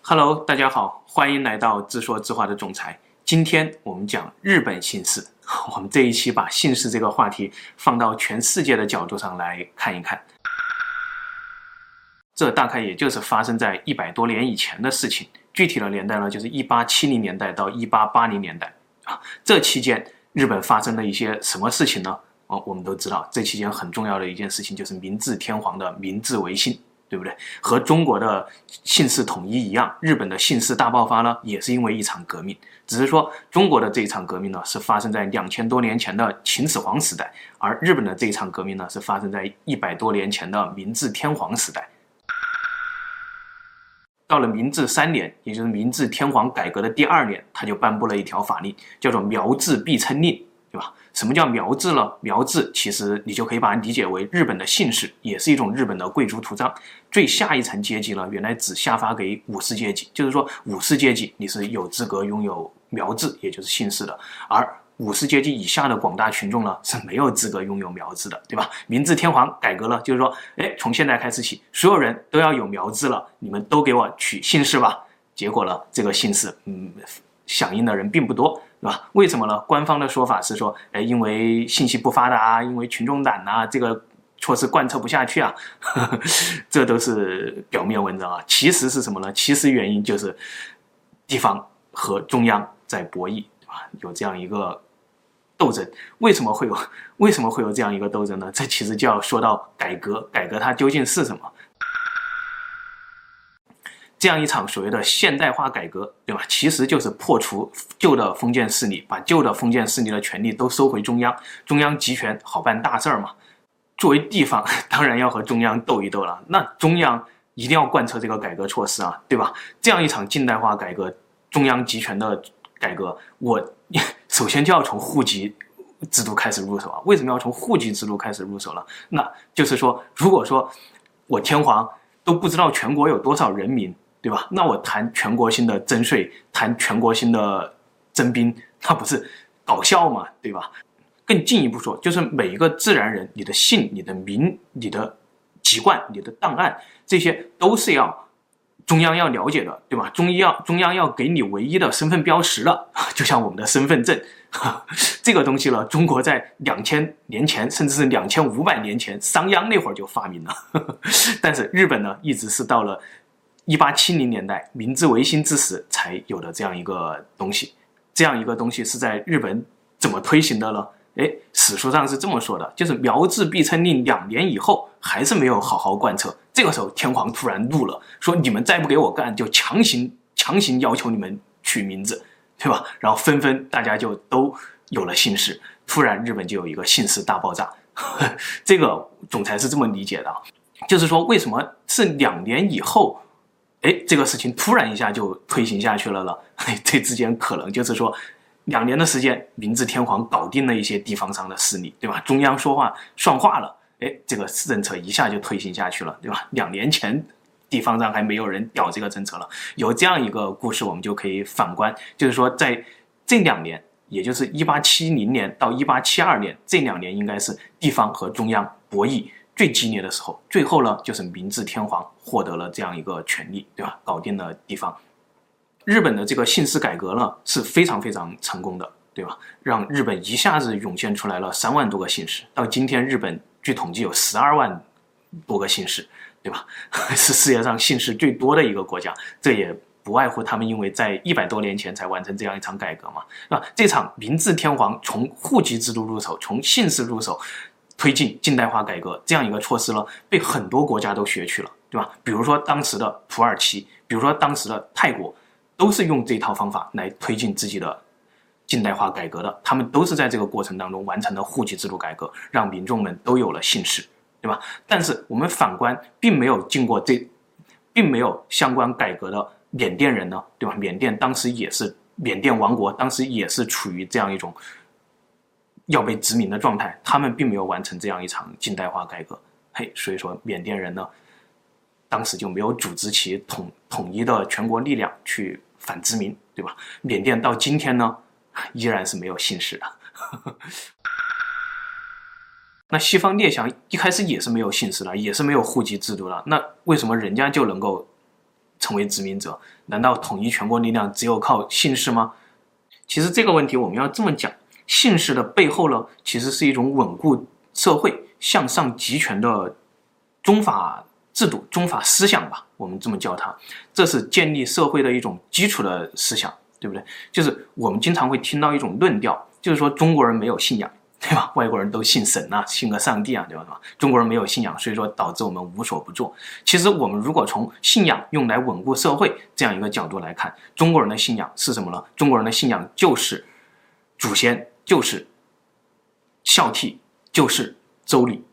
Hello，大家好，欢迎来到自说自话的总裁。今天我们讲日本姓氏，我们这一期把姓氏这个话题放到全世界的角度上来看一看。这大概也就是发生在100多年以前的事情，具体的年代呢，就是1870年代到1880年代啊。这期间日本发生了一些什么事情呢？我们都知道，这期间很重要的一件事情就是明治天皇的明治维新。对不对？和中国的姓氏统一一样，日本的姓氏大爆发呢，也是因为一场革命。只是说中国的这一场革命呢，是发生在2000多年前的秦始皇时代，而日本的这一场革命呢，是发生在100多年前的明治天皇时代。到了明治3年，也就是明治天皇改革的第2年，他就颁布了一条法令，叫做苗字必称令，对吧？什么叫苗字呢？苗字其实你就可以把它理解为日本的姓氏，也是一种日本的贵族图章。最下一层阶级呢，原来只下发给武士阶级，就是说武士阶级你是有资格拥有苗字，也就是姓氏的，而武士阶级以下的广大群众呢，是没有资格拥有苗字的，对吧？明治天皇改革了，就是说，从现在开始起，所有人都要有苗字了，你们都给我取姓氏吧。结果呢，这个姓氏，响应的人并不多，对吧？为什么呢？官方的说法是说，因为信息不发达啊，因为群众党啊，这个措施贯彻不下去啊，这都是表面文章啊。其实是什么呢？其实原因就是地方和中央在博弈，对吧？有这样一个斗争。为什么会有这样一个斗争呢？这其实就要说到改革，改革它究竟是什么？这样一场所谓的现代化改革，对吧？其实就是破除旧的封建势力，把旧的封建势力的权力都收回中央，中央集权好办大事嘛。作为地方，当然要和中央斗一斗了。那中央一定要贯彻这个改革措施啊，对吧？这样一场近代化改革，中央集权的改革，我首先就要从户籍制度开始入手啊。为什么要从户籍制度开始入手呢？那就是说，如果说我天皇都不知道全国有多少人民，对吧？那我谈全国性的征税，谈全国性的征兵，那不是搞笑吗？对吧？更进一步说，就是每一个自然人，你的姓、你的名、你的籍贯、你的档案，这些都是要中央要了解的，对吧？中央要给你唯一的身份标识了，就像我们的身份证，这个东西了，中国在2000年前，甚至是2500年前，商鞅那会儿就发明了，但是日本呢，一直是到了1870年代明治维新之时才有的这样一个东西。这样一个东西是在日本怎么推行的呢？史书上是这么说的，就是苗字必称令2年以后还是没有好好贯彻。这个时候天皇突然怒了，说你们再不给我干，就强行要求你们取名字，对吧？然后纷纷大家就都有了姓氏，突然日本就有一个姓氏大爆炸。这个总裁是这么理解的，就是说为什么是2年以后这个事情突然一下就推行下去了呢？这之间可能就是说2年的时间，明治天皇搞定了一些地方上的势力，对吧？中央说话算话了，这个政策一下就推行下去了，对吧？2年前地方上还没有人屌这个政策了。有这样一个故事，我们就可以反观，就是说在这2年，也就是1870年到1872年这2年，应该是地方和中央博弈最激烈的时候。最后呢，就是明治天皇获得了这样一个权利，对吧？搞定了地方。日本的这个姓氏改革呢，是非常非常成功的，对吧？让日本一下子涌现出来了3万多个姓氏。到今天，日本据统计有12万多个姓氏，对吧？是世界上姓氏最多的一个国家。这也不外乎他们因为在100多年前才完成这样一场改革嘛。那这场明治天皇从户籍制度入手，从姓氏入手，推进近代化改革这样一个措施呢，被很多国家都学去了，对吧？比如说当时的土耳其，比如说当时的泰国，都是用这套方法来推进自己的近代化改革的。他们都是在这个过程当中完成了户籍制度改革，让民众们都有了姓氏，对吧？但是我们反观，并没有相关改革的缅甸人呢，对吧？缅甸当时也是缅甸王国，当时也是处于这样一种要被殖民的状态，他们并没有完成这样一场近代化改革。所以说缅甸人呢，当时就没有组织起统一的全国力量去反殖民，对吧？缅甸到今天呢，依然是没有姓氏的。那西方列强一开始也是没有姓氏的，也是没有户籍制度的，那为什么人家就能够成为殖民者？难道统一全国力量只有靠姓氏吗？其实这个问题我们要这么讲，姓氏的背后呢，其实是一种稳固社会、向上集权的宗法制度、宗法思想吧，我们这么叫它。这是建立社会的一种基础的思想，对不对？就是我们经常会听到一种论调，就是说中国人没有信仰，对吧？外国人都信神啊，信个上帝啊，对吧？中国人没有信仰，所以说导致我们无所不做。其实我们如果从信仰用来稳固社会这样一个角度来看，中国人的信仰是什么呢？中国人的信仰就是祖先，就是孝悌，就是周礼。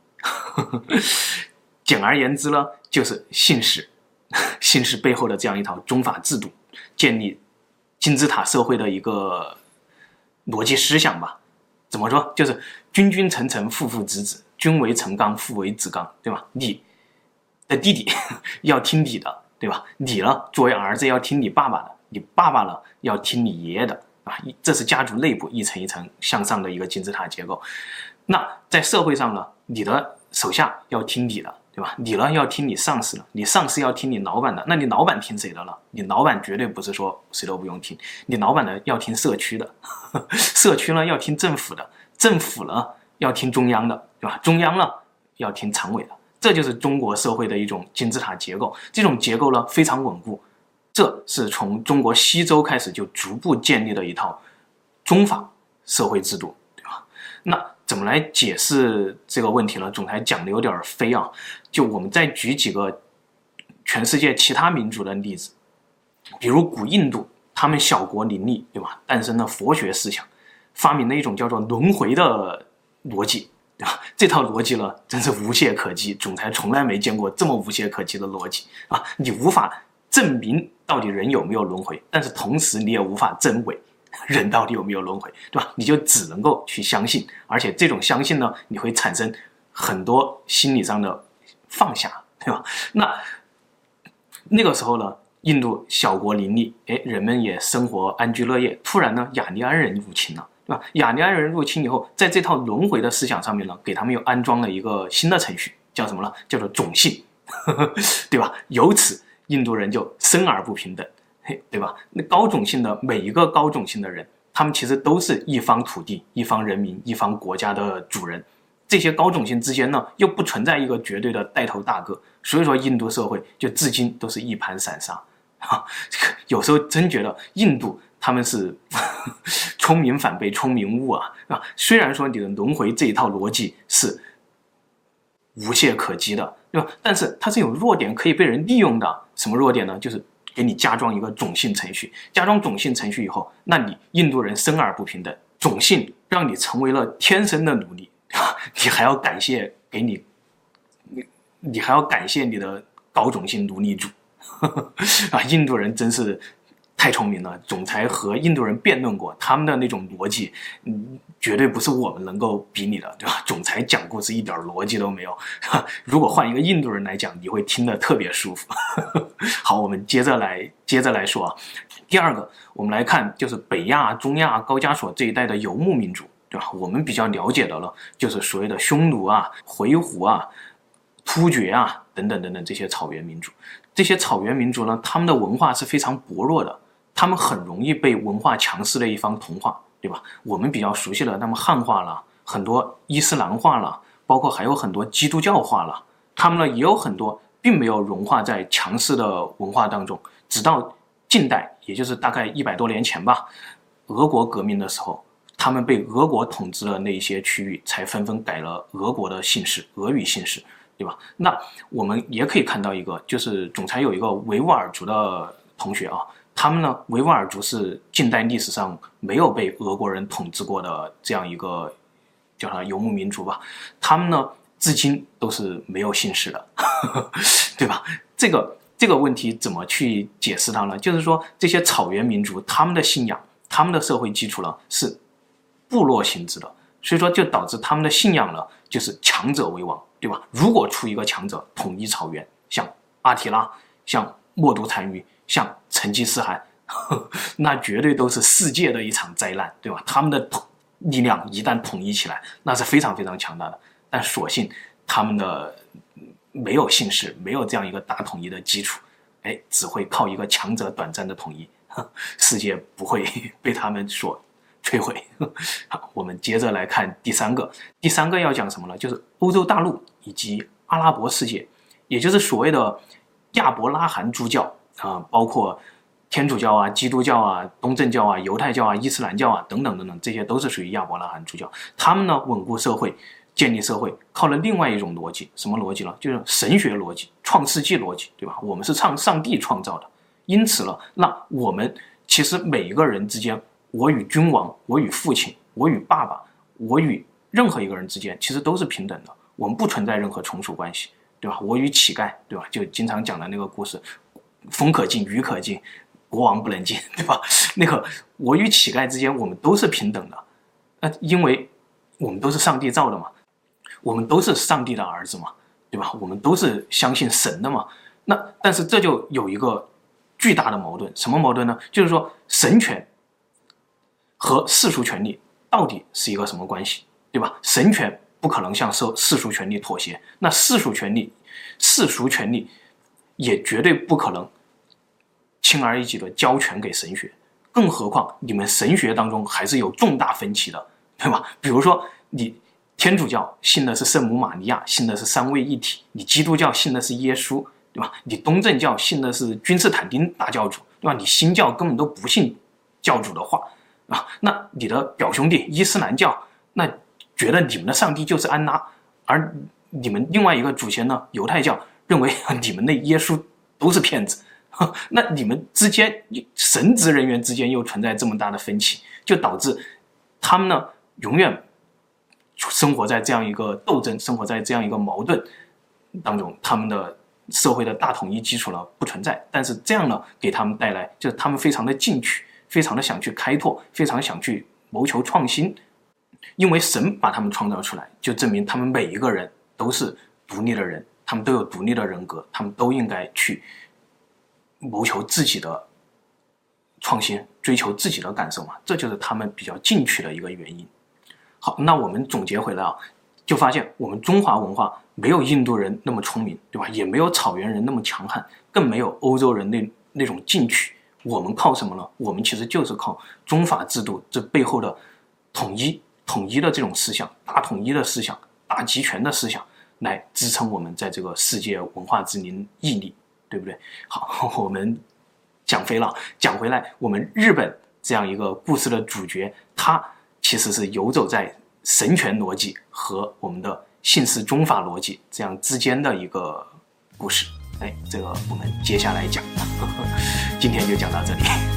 简而言之呢，就是姓氏，姓氏背后的这样一套宗法制度，建立金字塔社会的一个逻辑思想吧。怎么说？就是君君臣臣父父子子，君为臣纲，父为子纲，对吧？你的弟弟要听你的，对吧？你呢，作为儿子要听你爸爸的，你爸爸呢要听你爷爷的啊。这是家族内部一层一层向上的一个金字塔结构。那在社会上呢，你的手下要听你的，对吧？你呢要听你上司的，你上司要听你老板的，那你老板听谁的了？你老板绝对不是说谁都不用听，你老板呢要听社区的，社区呢要听政府的，政府呢要听中央的，对吧？中央呢要听常委的。这就是中国社会的一种金字塔结构，这种结构呢非常稳固，这是从中国西周开始就逐步建立的一套宗法社会制度，对吧？那怎么来解释这个问题呢？总裁讲的有点飞啊，就我们再举几个全世界其他民族的例子，比如古印度，他们小国林立，对吧？诞生了佛学思想，发明了一种叫做轮回的逻辑，对吧？这套逻辑呢，真是无懈可击，总裁从来没见过这么无懈可击的逻辑啊！你无法证明到底人有没有轮回，但是同时你也无法证伪人到底有没有轮回，对吧？你就只能够去相信，而且这种相信呢，你会产生很多心理上的放下，对吧？那个时候呢，印度小国林立，人们也生活安居乐业。突然呢，雅利安人入侵了，对吧？雅利安人入侵以后，在这套轮回的思想上面呢，给他们又安装了一个新的程序，叫什么呢？叫做种姓，对吧？由此，印度人就生而不平等。对吧？那高种姓的每一个高种姓的人，他们其实都是一方土地、一方人民、一方国家的主人。这些高种姓之间呢，又不存在一个绝对的带头大哥，所以说印度社会就至今都是一盘散沙啊。有时候真觉得印度他们是聪明反被聪明误啊。虽然说你的轮回这一套逻辑是无懈可击的，对吧？但是它是有弱点可以被人利用的。什么弱点呢？就是给你加装一个种姓程序，加装种姓程序以后，那你印度人生而不平等，种姓让你成为了天生的奴隶，你还要感谢你还要感谢你的高种姓奴隶主啊！印度人真是太聪明了。总裁和印度人辩论过，他们的那种逻辑，绝对不是我们能够比拟的，对吧？总裁讲故事一点逻辑都没有，如果换一个印度人来讲，你会听得特别舒服。好，我们接着来说啊。第二个，我们来看就是北亚、中亚、高加索这一带的游牧民族，对吧？我们比较了解的了，就是所谓的匈奴啊、回鹘啊、突厥啊等等等等这些草原民族。这些草原民族呢，他们的文化是非常薄弱的，他们很容易被文化强势的一方同化，对吧？我们比较熟悉的，他们汉化了，很多伊斯兰化了，包括还有很多基督教化了。他们呢也有很多并没有融化在强势的文化当中，直到近代，也就是大概100多年前吧，俄国革命的时候，他们被俄国统治的那一些区域才纷纷改了俄国的姓氏，俄语姓氏，对吧？那我们也可以看到一个，就是总裁有一个维吾尔族的同学啊，他们呢，维吾尔族是近代历史上没有被俄国人统治过的这样一个叫它游牧民族吧，他们呢至今都是没有姓氏的，对吧？这个问题怎么去解释它呢？就是说这些草原民族他们的信仰、他们的社会基础呢是部落性质的，所以说就导致他们的信仰呢就是强者为王，对吧？如果出一个强者统一草原，像阿提拉、像默读单于、像成吉思汗，那绝对都是世界的一场灾难，对吧？他们的力量一旦统一起来，那是非常非常强大的。但所幸他们的没有姓氏，没有这样一个大统一的基础， 只会靠一个强者短暂的统一，世界不会被他们所摧毁。好，我们接着来看第三个要讲什么呢？就是欧洲大陆以及阿拉伯世界，也就是所谓的亚伯拉罕诸教包括天主教啊、基督教啊、东正教啊、犹太教啊、伊斯兰教啊等等等等，这些都是属于亚伯拉罕诸教。他们呢稳固社会、建立社会，靠了另外一种逻辑，什么逻辑呢？就是神学逻辑、创世纪逻辑，对吧？我们是上帝创造的，因此呢，那我们其实每一个人之间，我与君王、我与父亲、我与爸爸、我与任何一个人之间，其实都是平等的，我们不存在任何从属关系，对吧？我与乞丐，对吧？就经常讲的那个故事，风可进，雨可进，国王不能进，对吧？那个我与乞丐之间，我们都是平等的，因为我们都是上帝造的嘛，我们都是上帝的儿子嘛，对吧？我们都是相信神的嘛。但是这就有一个巨大的矛盾，什么矛盾呢？就是说神权和世俗权利到底是一个什么关系，对吧？神权不可能向世俗权利妥协，那世俗权利也绝对不可能轻而易举的交权给神学，更何况你们神学当中还是有重大分歧的，对吧？比如说你天主教信的是圣母玛利亚，信的是三位一体，你基督教信的是耶稣，对吧？你东正教信的是君士坦丁大教主，对吧？你新教根本都不信教主的话那你的表兄弟伊斯兰教那觉得你们的上帝就是安拉，而你们另外一个祖先呢犹太教认为你们的耶稣都是骗子，那你们之间神职人员之间又存在这么大的分歧，就导致他们呢永远生活在这样一个斗争，生活在这样一个矛盾当中，他们的社会的大统一基础呢不存在，但是这样呢给他们带来就是他们非常的进取，非常的想去开拓，非常想去谋求创新，因为神把他们创造出来，就证明他们每一个人都是独立的人，他们都有独立的人格，他们都应该去谋求自己的创新，追求自己的感受嘛，这就是他们比较进取的一个原因。好，那我们总结回来就发现我们中华文化没有印度人那么聪明，对吧？也没有草原人那么强悍，更没有欧洲人那种进取。我们靠什么呢？我们其实就是靠宗法制度这背后的统一的这种思想，大统一的思想，大集权的思想，来支撑我们在这个世界文化之林屹立，对不对？好，我们讲飞了，讲回来，我们日本这样一个故事的主角，他其实是游走在神权逻辑和我们的信士宗法逻辑这样之间的一个故事。这个我们接下来讲，今天就讲到这里。